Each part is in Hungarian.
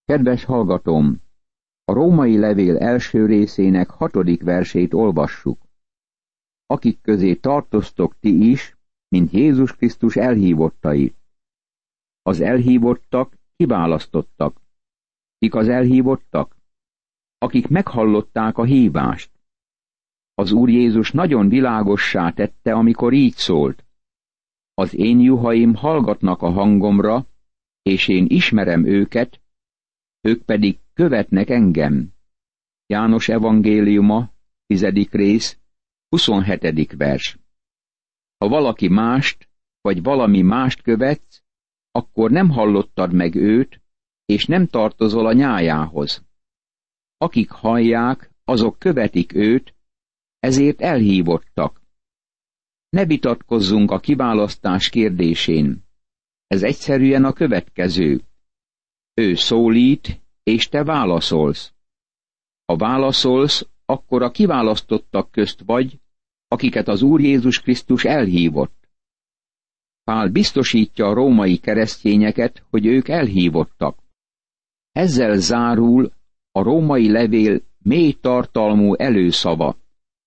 Kedves hallgatóm! A római levél első részének 6. versét olvassuk. Akik közé tartoztok ti is, mint Jézus Krisztus elhívottai. Az elhívottak kiválasztottak. Kik az elhívottak? Akik meghallották a hívást. Az Úr Jézus nagyon világossá tette, amikor így szólt. Az én juhaim hallgatnak a hangomra, és én ismerem őket, ők pedig követnek engem. János evangéliuma, 10. rész, 27. vers. Ha valaki mást, vagy valami mást követsz, akkor nem hallottad meg őt, és nem tartozol a nyájához. Akik hallják, azok követik őt, ezért elhívottak. Ne vitatkozzunk a kiválasztás kérdésén. Ez egyszerűen a következő. Ő szólít, és te válaszolsz. Ha válaszolsz, akkor a kiválasztottak közt vagy, akiket az Úr Jézus Krisztus elhívott. Pál biztosítja a római keresztényeket, hogy ők elhívottak. Ezzel zárul a római levél mély tartalmú előszava.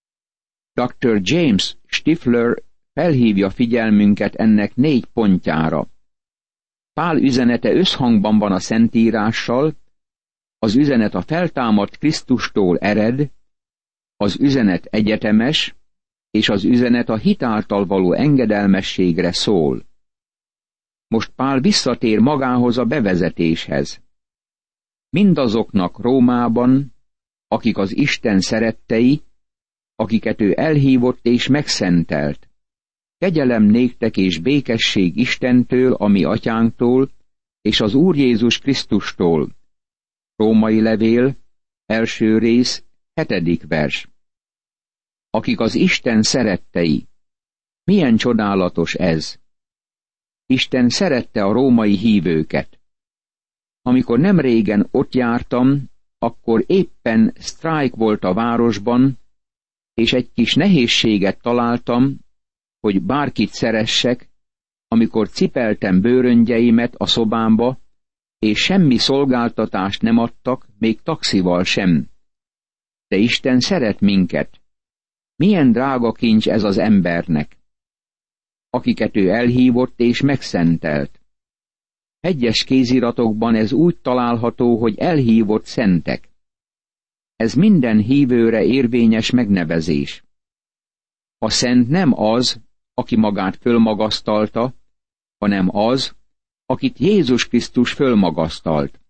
Dr. James Stifler felhívja figyelmünket ennek 4 pontjára. Pál üzenete összhangban van a Szentírással, az üzenet a feltámadt Krisztustól ered, az üzenet egyetemes, és az üzenet a hit által való engedelmességre szól. Most Pál visszatér magához a bevezetéshez. Mindazoknak Rómában, akik az Isten szerettei, akiket ő elhívott és megszentelt. Kegyelem néktek és békesség Istentől, a mi atyánktól, és az Úr Jézus Krisztustól. Római levél, első rész, 7. vers. Akik az Isten szerettei. Milyen csodálatos ez! Isten szerette a római hívőket. Amikor nem régen ott jártam, akkor éppen sztrájk volt a városban, és egy kis nehézséget találtam, hogy bárkit szeressek, amikor cipeltem bőröngyeimet a szobámba, és semmi szolgáltatást nem adtak, még taxival sem. De Isten szeret minket. Milyen drága kincs ez az embernek, akiket ő elhívott és megszentelt. Egyes kéziratokban ez úgy található, hogy elhívott szentek. Ez minden hívőre érvényes megnevezés. A szent nem az, aki magát fölmagasztalta, hanem az, akit Jézus Krisztus fölmagasztalt.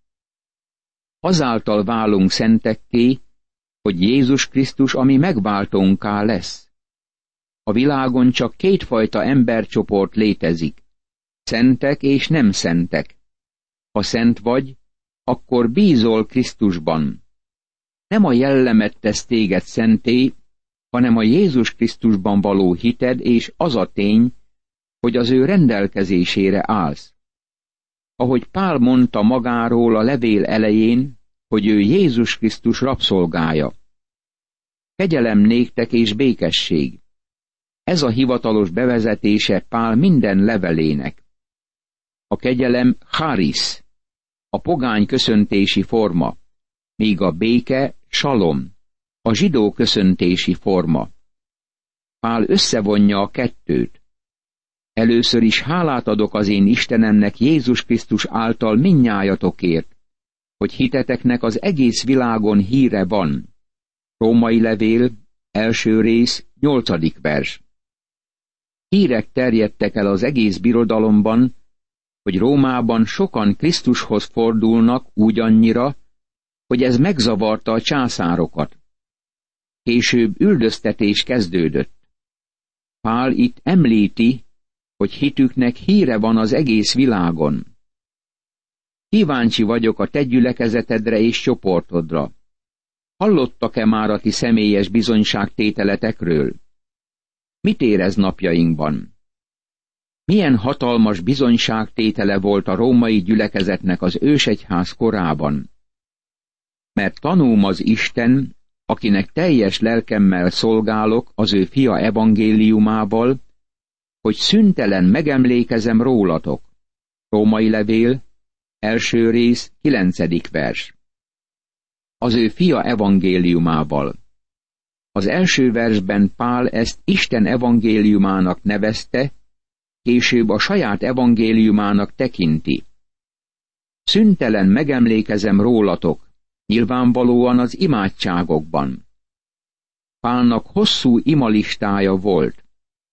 Azáltal válunk szentekké, hogy Jézus Krisztus a mi megváltónká lesz. A világon csak 2 fajta embercsoport létezik, szentek és nem szentek. Ha szent vagy, akkor bízol Krisztusban. Nem a jellemet tesz téged szenté, hanem a Jézus Krisztusban való hited és az a tény, hogy az ő rendelkezésére állsz. Ahogy Pál mondta magáról a levél elején, hogy ő Jézus Krisztus rabszolgája. Kegyelem néktek és békesség. Ez a hivatalos bevezetése Pál minden levelének. A kegyelem charis, a pogány köszöntési forma, míg a béke salom, a zsidó köszöntési forma. Pál összevonja a kettőt. Először is hálát adok az én Istenemnek Jézus Krisztus által mindnyájatokért, hogy hiteteknek az egész világon híre van. Római levél, első rész, 8. vers. Hírek terjedtek el az egész birodalomban, hogy Rómában sokan Krisztushoz fordulnak úgy annyira, hogy ez megzavarta a császárokat. Később üldöztetés kezdődött. Pál itt említi, hogy hitüknek híre van az egész világon. Kíváncsi vagyok a te gyülekezetedre és csoportodra. Hallottak-e már a ti személyes bizonyságtételetekről? Mit érez napjainkban? Milyen hatalmas bizonyságtétele volt a római gyülekezetnek az ősegyház korában? Mert tanúm az Isten, akinek teljes lelkemmel szolgálok az ő fia evangéliumával, hogy szüntelen megemlékezem rólatok. Római levél, első rész, 9. vers. Az ő fia evangéliumával. Az első versben Pál ezt Isten evangéliumának nevezte, később a saját evangéliumának tekinti. Szüntelen megemlékezem rólatok, nyilvánvalóan az imádságokban. Pálnak hosszú imalistája volt.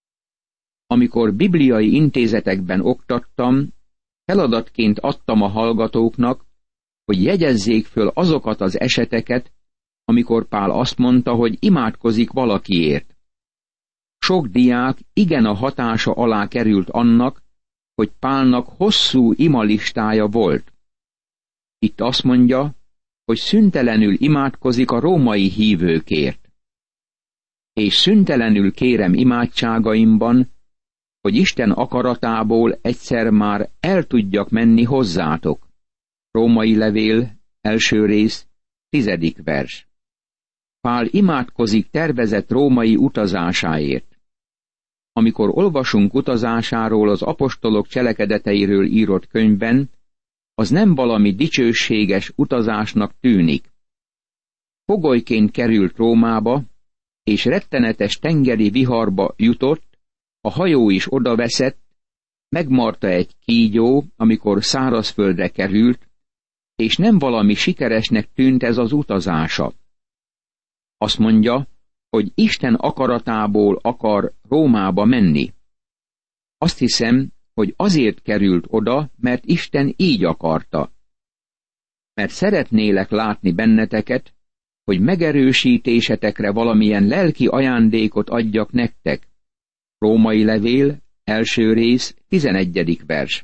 Amikor bibliai intézetekben oktattam, feladatként adtam a hallgatóknak, hogy jegyezzék föl azokat az eseteket, amikor Pál azt mondta, hogy imádkozik valakiért. Sok diák igen a hatása alá került annak, hogy Pálnak hosszú imalistája volt. Itt azt mondja, hogy szüntelenül imádkozik a római hívőkért. És szüntelenül kérem imádságaimban, hogy Isten akaratából egyszer már el tudjak menni hozzátok. Római levél, első rész, 10. vers. Pál imádkozik tervezett római utazásáért. Amikor olvasunk utazásáról az apostolok cselekedeteiről írott könyvben, az nem valami dicsőséges utazásnak tűnik. Fogolyként került Rómába, és rettenetes tengeri viharba jutott, a hajó is odaveszett, megmarta egy kígyó, amikor szárazföldre került, és nem valami sikeresnek tűnt ez az utazása. Azt mondja, hogy Isten akaratából akar Rómába menni. Azt hiszem, hogy azért került oda, mert Isten így akarta. Mert szeretnélek látni benneteket, hogy megerősítésetekre valamilyen lelki ajándékot adjak nektek. Római levél, első rész, 11. vers.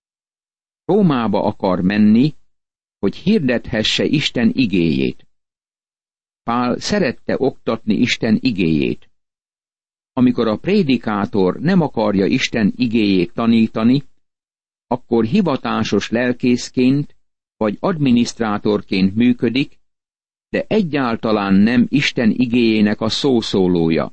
Rómába akar menni, hogy hirdethesse Isten igéjét. Pál szerette oktatni Isten igéjét. Amikor a prédikátor nem akarja Isten igéjét tanítani, akkor hivatásos lelkészként vagy adminisztrátorként működik, de egyáltalán nem Isten igéjének a szószólója.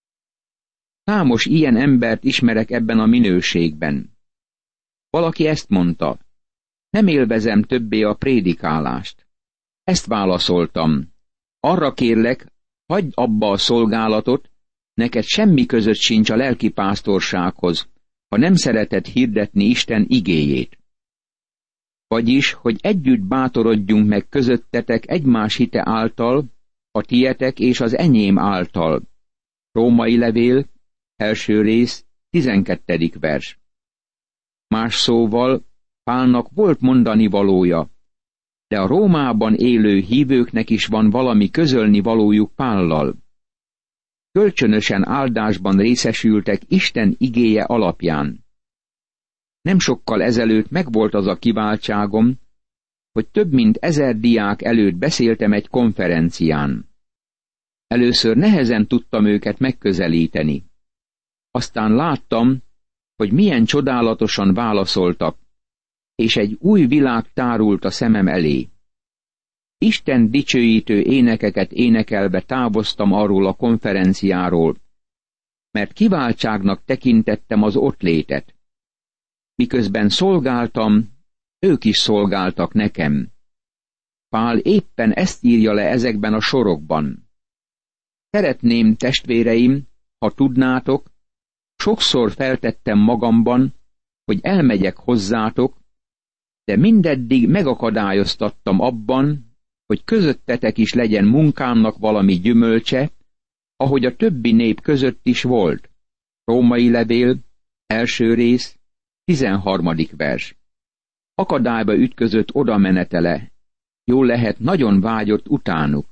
Számos ilyen embert ismerek ebben a minőségben. Valaki ezt mondta, nem élvezem többé a prédikálást. Ezt válaszoltam, arra kérlek, hagyd abba a szolgálatot, neked semmi között sincs a lelkipásztorsághoz, ha nem szereted hirdetni Isten igéjét. Vagyis, hogy együtt bátorodjunk meg közöttetek egymás hite által, a tietek és az enyém által. Római levél, első rész, 12. vers. Más szóval, Pálnak volt mondani valója, de a Rómában élő hívőknek is van valami közölni valójuk Pállal. Kölcsönösen áldásban részesültek Isten igéje alapján. Nem sokkal ezelőtt megvolt az a kiváltságom, hogy több mint 1000 diák előtt beszéltem egy konferencián. Először nehezen tudtam őket megközelíteni. Aztán láttam, hogy milyen csodálatosan válaszoltak, és egy új világ tárult a szemem elé. Isten dicsőítő énekeket énekelve távoztam arról a konferenciáról, mert kiváltságnak tekintettem az ottlétet. Miközben szolgáltam, ők is szolgáltak nekem. Pál éppen ezt írja le ezekben a sorokban. Szeretném, testvéreim, ha tudnátok, sokszor feltettem magamban, hogy elmegyek hozzátok, de mindeddig megakadályoztattam abban, hogy közöttetek is legyen munkámnak valami gyümölcse, ahogy a többi nép között is volt. Római levél, első rész, 13. vers. Akadályba ütközött odamenetele, jól lehet nagyon vágyott utánuk.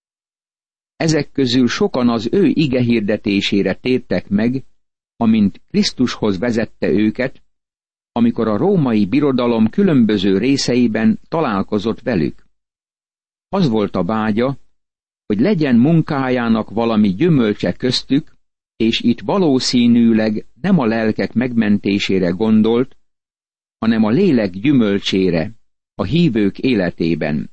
Ezek közül sokan az ő ige hirdetésére tértek meg, amint Krisztushoz vezette őket, amikor a római birodalom különböző részeiben találkozott velük. Az volt a vágya, hogy legyen munkájának valami gyümölcse köztük, és itt valószínűleg nem a lelkek megmentésére gondolt, hanem a lélek gyümölcsére, a hívők életében.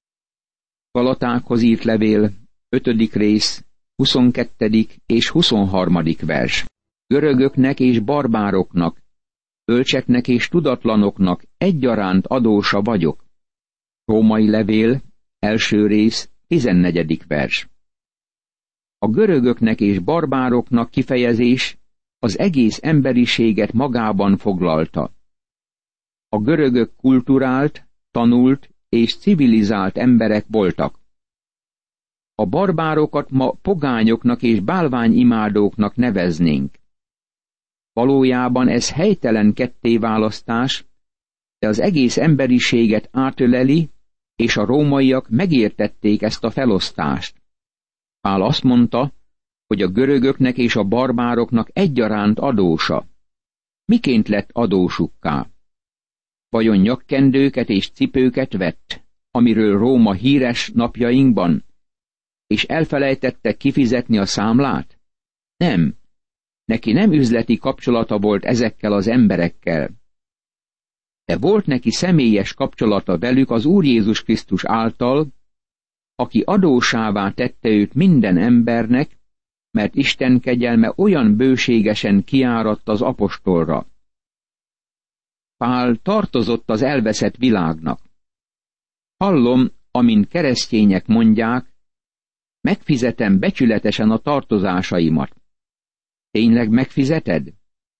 Galatákhoz írt levél, 5. rész, 22. és 23. vers. Görögöknek és barbároknak, bölcseknek és tudatlanoknak egyaránt adósa vagyok. Római levél, első rész, 14. vers. A görögöknek és barbároknak kifejezés az egész emberiséget magában foglalta. A görögök kulturált, tanult és civilizált emberek voltak. A barbárokat ma pogányoknak és bálványimádóknak neveznénk. Valójában ez helytelen kettéválasztás, de az egész emberiséget átöleli, és a rómaiak megértették ezt a felosztást. Pál azt mondta, hogy a görögöknek és a barbároknak egyaránt adósa. Miként lett adósukká? Vajon nyakkendőket és cipőket vett, amiről Róma híres napjainkban, és elfelejtette kifizetni a számlát? Nem. Neki nem üzleti kapcsolata volt ezekkel az emberekkel. De volt neki személyes kapcsolata velük az Úr Jézus Krisztus által, aki adósává tette őt minden embernek, mert Isten kegyelme olyan bőségesen kiáradt az apostolra. Pál tartozott az elveszett világnak. Hallom, amint keresztények mondják, megfizetem becsületesen a tartozásaimat. Tényleg megfizeted?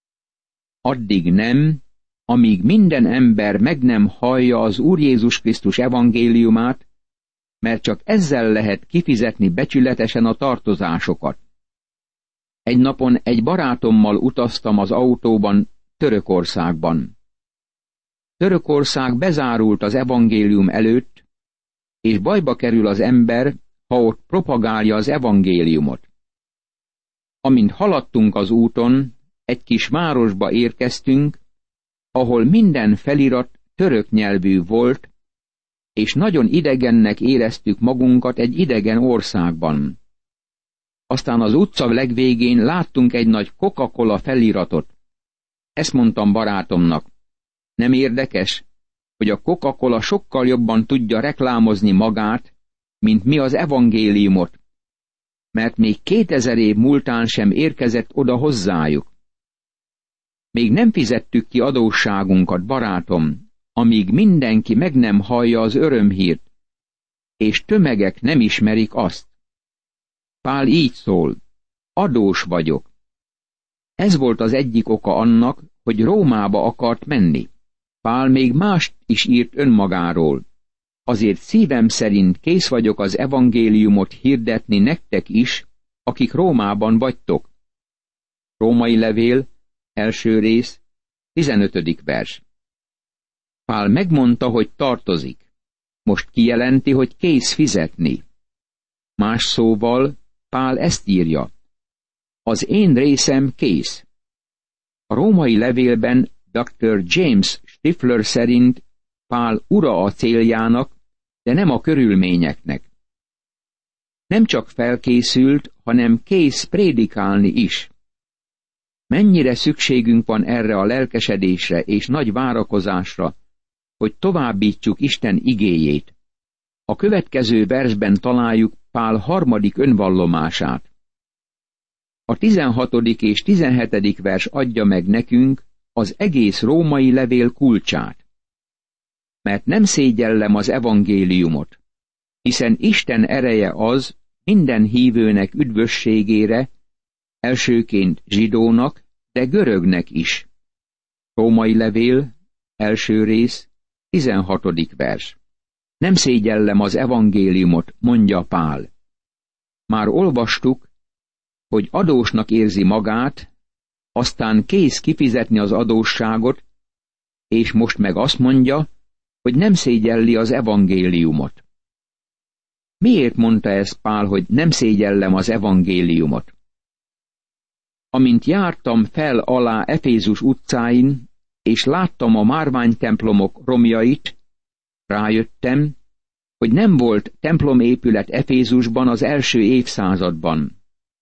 Addig nem, amíg minden ember meg nem hallja az Úr Jézus Krisztus evangéliumát, mert csak ezzel lehet kifizetni becsületesen a tartozásokat. Egy napon egy barátommal utaztam az autóban Törökországban. Törökország bezárult az evangélium előtt, és bajba kerül az ember, ha ott propagálja az evangéliumot. Amint haladtunk az úton, egy kis városba érkeztünk, ahol minden felirat török nyelvű volt, és nagyon idegennek éreztük magunkat egy idegen országban. Aztán az utca legvégén láttunk egy nagy Coca-Cola feliratot. Ezt mondtam barátomnak. Nem érdekes, hogy a Coca-Cola sokkal jobban tudja reklámozni magát, mint mi az evangéliumot, mert még 2000 év múltán sem érkezett oda hozzájuk. Még nem fizettük ki adósságunkat, barátom, amíg mindenki meg nem hallja az örömhírt, és tömegek nem ismerik azt. Pál így szól, adós vagyok. Ez volt az egyik oka annak, hogy Rómába akart menni. Pál még mást is írt önmagáról. Azért szívem szerint kész vagyok az evangéliumot hirdetni nektek is, akik Rómában vagytok. Római levél, első rész, 15. vers. Pál megmondta, hogy tartozik. Most kijelenti, hogy kész fizetni. Más szóval, Pál ezt írja. Az én részem kész. A római levélben Dr. James Stifler szerint Pál ura a céljának, de nem a körülményeknek. Nem csak felkészült, hanem kész prédikálni is. Mennyire szükségünk van erre a lelkesedésre és nagy várakozásra, hogy továbbítsuk Isten igéjét. A következő versben találjuk Pál harmadik önvallomását. A 16. és 17. vers adja meg nekünk az egész római levél kulcsát. Mert nem szégyellem az evangéliumot, hiszen Isten ereje az minden hívőnek üdvösségére, elsőként zsidónak, de görögnek is. Római levél, első rész, 16. vers. Nem szégyellem az evangéliumot, mondja Pál. Már olvastuk, hogy adósnak érzi magát, aztán kész kifizetni az adósságot, és most meg azt mondja, hogy nem szégyelli az evangéliumot. Miért mondta ezt Pál, hogy nem szégyellem az evangéliumot? Amint jártam fel alá Efézus utcáin, és láttam a márványtemplomok romjait, rájöttem, hogy nem volt templomépület Efézusban az első évszázadban.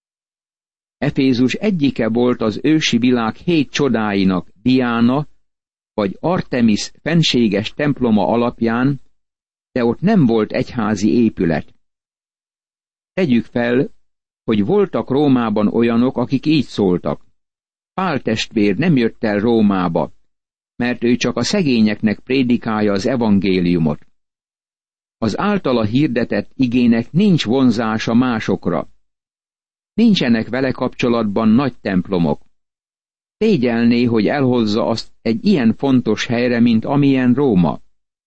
Efézus egyike volt az ősi világ 7 csodáinak, Diana vagy Artemis fenséges temploma alapján, de ott nem volt egyházi épület. Tegyük fel, hogy voltak Rómában olyanok, akik így szóltak. Pál testvér nem jött el Rómába, mert ő csak a szegényeknek prédikálja az evangéliumot. Az általa hirdetett igének nincs vonzása másokra. Nincsenek vele kapcsolatban nagy templomok. Szégyelné, hogy elhozza azt egy ilyen fontos helyre, mint amilyen Róma.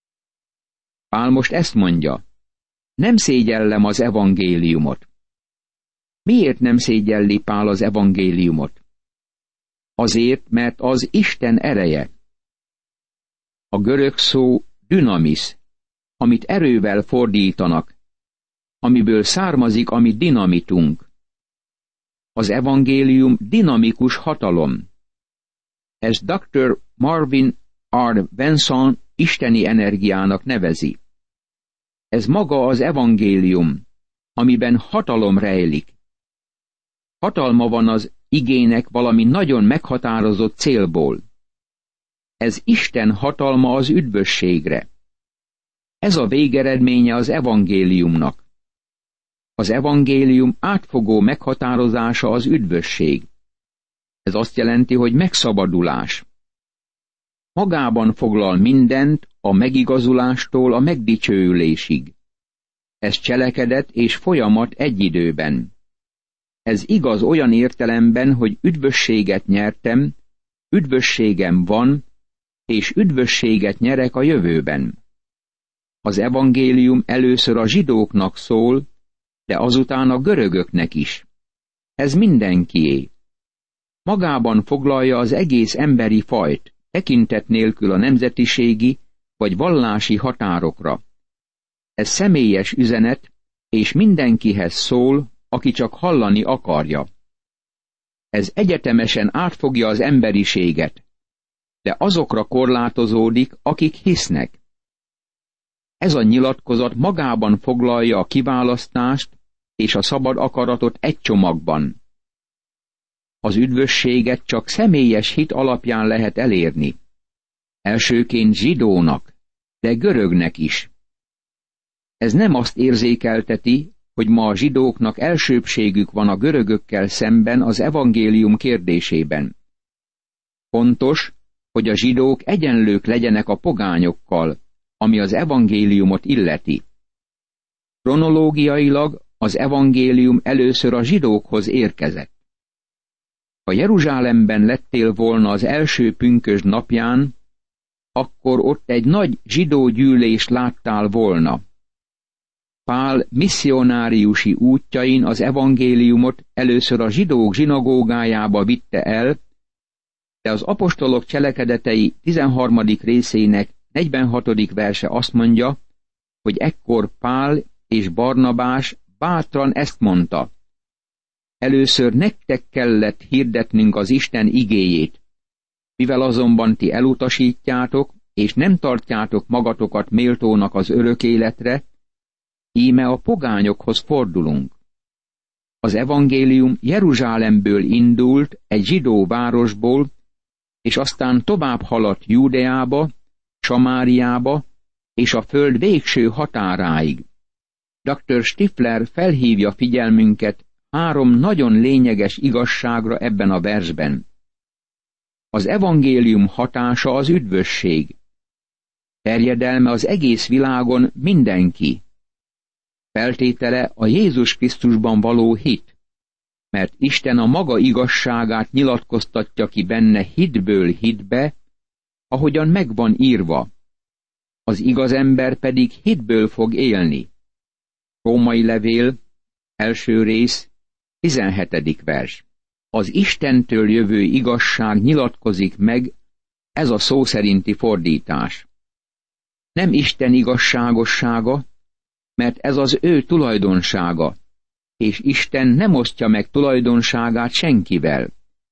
Pál most ezt mondja: nem szégyellem az evangéliumot. Miért nem szégyelli Pál az evangéliumot? Azért, mert az Isten ereje. A görög szó dünamis, amit erővel fordítanak, amiből származik a mi dinamitunk. Az evangélium dinamikus hatalom. Ez Dr. Marvin R. Benson isteni energiának nevezi. Ez maga az evangélium, amiben hatalom rejlik. Hatalma van az igének valami nagyon meghatározott célból. Ez Isten hatalma az üdvösségre. Ez a végeredménye az evangéliumnak. Az evangélium átfogó meghatározása az üdvösség. Ez azt jelenti, hogy megszabadulás. Magában foglal mindent, a megigazulástól a megdicsőülésig. Ez cselekedet és folyamat egy időben. Ez igaz olyan értelemben, hogy üdvösséget nyertem, üdvösségem van, és üdvösséget nyerek a jövőben. Az evangélium először a zsidóknak szól, de azután a görögöknek is. Ez mindenkié. Magában foglalja az egész emberi fajt, tekintet nélkül a nemzetiségi vagy vallási határokra. Ez személyes üzenet, és mindenkihez szól, aki csak hallani akarja. Ez egyetemesen átfogja az emberiséget, de azokra korlátozódik, akik hisznek. Ez a nyilatkozat magában foglalja a kiválasztást és a szabad akaratot egy csomagban. Az üdvösséget csak személyes hit alapján lehet elérni. Elsőként zsidónak, de görögnek is. Ez nem azt érzékelteti, hogy ma a zsidóknak elsőbbségük van a görögökkel szemben az evangélium kérdésében. Fontos, hogy a zsidók egyenlők legyenek a pogányokkal, ami az evangéliumot illeti. Kronológiailag az evangélium először a zsidókhoz érkezett. Ha Jeruzsálemben lettél volna az első pünkösd napján, akkor ott egy nagy zsidó gyűlést láttál volna. Pál misszionáriusi útjain az evangéliumot először a zsidók zsinagógájába vitte el, de az apostolok cselekedetei 13. részének 46. verse azt mondja, hogy ekkor Pál és Barnabás bátran ezt mondta: először nektek kellett hirdetnünk az Isten igéjét, mivel azonban ti elutasítjátok, és nem tartjátok magatokat méltónak az örök életre, íme a pogányokhoz fordulunk. Az evangélium Jeruzsálemből indult, egy zsidó városból, és aztán tovább haladt Júdeába, Samáriába és a föld végső határáig. Dr. Stifler felhívja figyelmünket 3 nagyon lényeges igazságra ebben a versben. Az evangélium hatása az üdvösség. Terjedelme az egész világon mindenki. Feltétele a Jézus Krisztusban való hit, mert Isten a maga igazságát nyilatkoztatja ki benne hitből hitbe, ahogyan megvan írva. Az igaz ember pedig hitből fog élni. Római levél, első rész, 17. vers. Az Istentől jövő igazság nyilatkozik meg, ez a szó szerinti fordítás. Nem Isten igazságossága, mert ez az ő tulajdonsága, és Isten nem osztja meg tulajdonságát senkivel.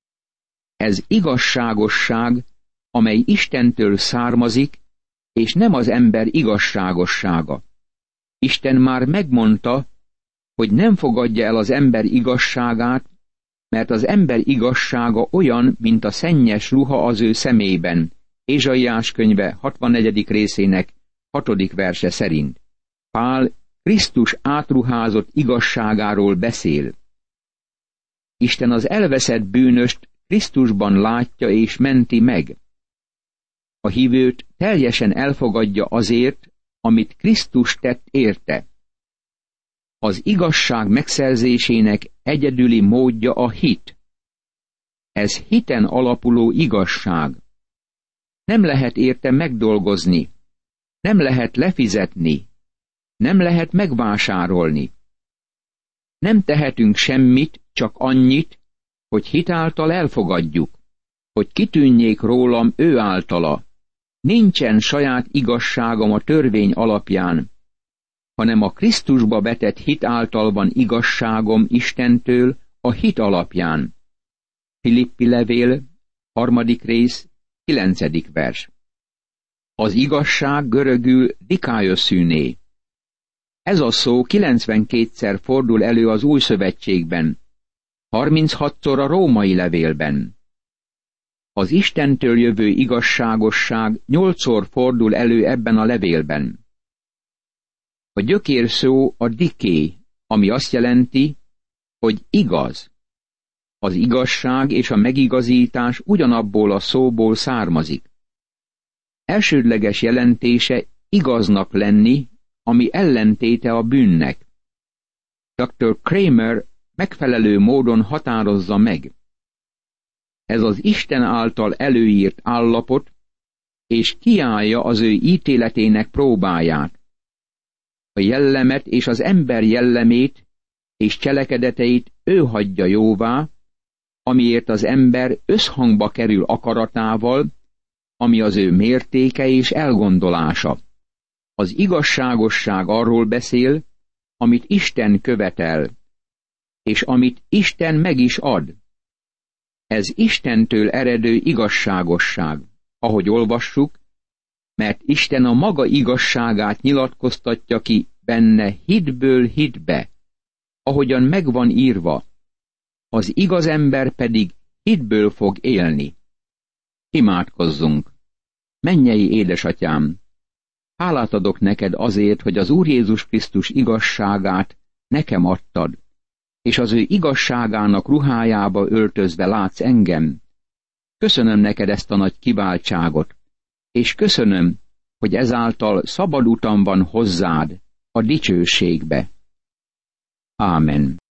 Ez igazságosság, amely Istentől származik, és nem az ember igazságossága. Isten már megmondta, hogy nem fogadja el az ember igazságát, mert az ember igazsága olyan, mint a szennyes ruha az ő szemében, Ézsaiás könyve 64. részének 6. verse szerint. Pál Krisztus átruházott igazságáról beszél. Isten az elveszett bűnöst Krisztusban látja és menti meg. a hívőt teljesen elfogadja azért, amit Krisztus tett érte. Az igazság megszerzésének egyedüli módja a hit. Ez hiten alapuló igazság. Nem lehet érte megdolgozni, nem lehet lefizetni, nem lehet megvásárolni. Nem tehetünk semmit, csak annyit, hogy hitáltal elfogadjuk, hogy kitűnjék rólam ő általa. Nincsen saját igazságom a törvény alapján, hanem a Krisztusba vetett hit által van igazságom Istentől a hit alapján. Filippi levél, 3. rész, 9. vers. Az igazság görögül dikaiosüné. Ez a szó 92-szer fordul elő az Új Szövetségben, 36-szor a római levélben. Az Istentől jövő igazságosság 8-szor fordul elő ebben a levélben. A gyökér szó a diké, ami azt jelenti, hogy igaz. Az igazság és a megigazítás ugyanabból a szóból származik. Elsődleges jelentése igaznak lenni, ami ellentéte a bűnnek. Dr. Kramer megfelelő módon határozza meg. Ez az Isten által előírt állapot, és kiállja az ő ítéletének próbáját. A jellemet és az ember jellemét és cselekedeteit ő hagyja jóvá, amiért az ember összhangba kerül akaratával, ami az ő mértéke és elgondolása. Az igazságosság arról beszél, amit Isten követel, és amit Isten meg is ad. Ez Istentől eredő igazságosság, ahogy olvassuk, mert Isten a maga igazságát nyilatkoztatja ki benne hitből hitbe, ahogyan megvan írva, az igaz ember pedig hitből fog élni. Imádkozzunk! Mennyei édesatyám! Hálát adok neked azért, hogy az Úr Jézus Krisztus igazságát nekem adtad, és az ő igazságának ruhájába öltözve látsz engem. Köszönöm neked ezt a nagy kiváltságot, és köszönöm, hogy ezáltal szabad utam van hozzád, a dicsőségbe. Ámen.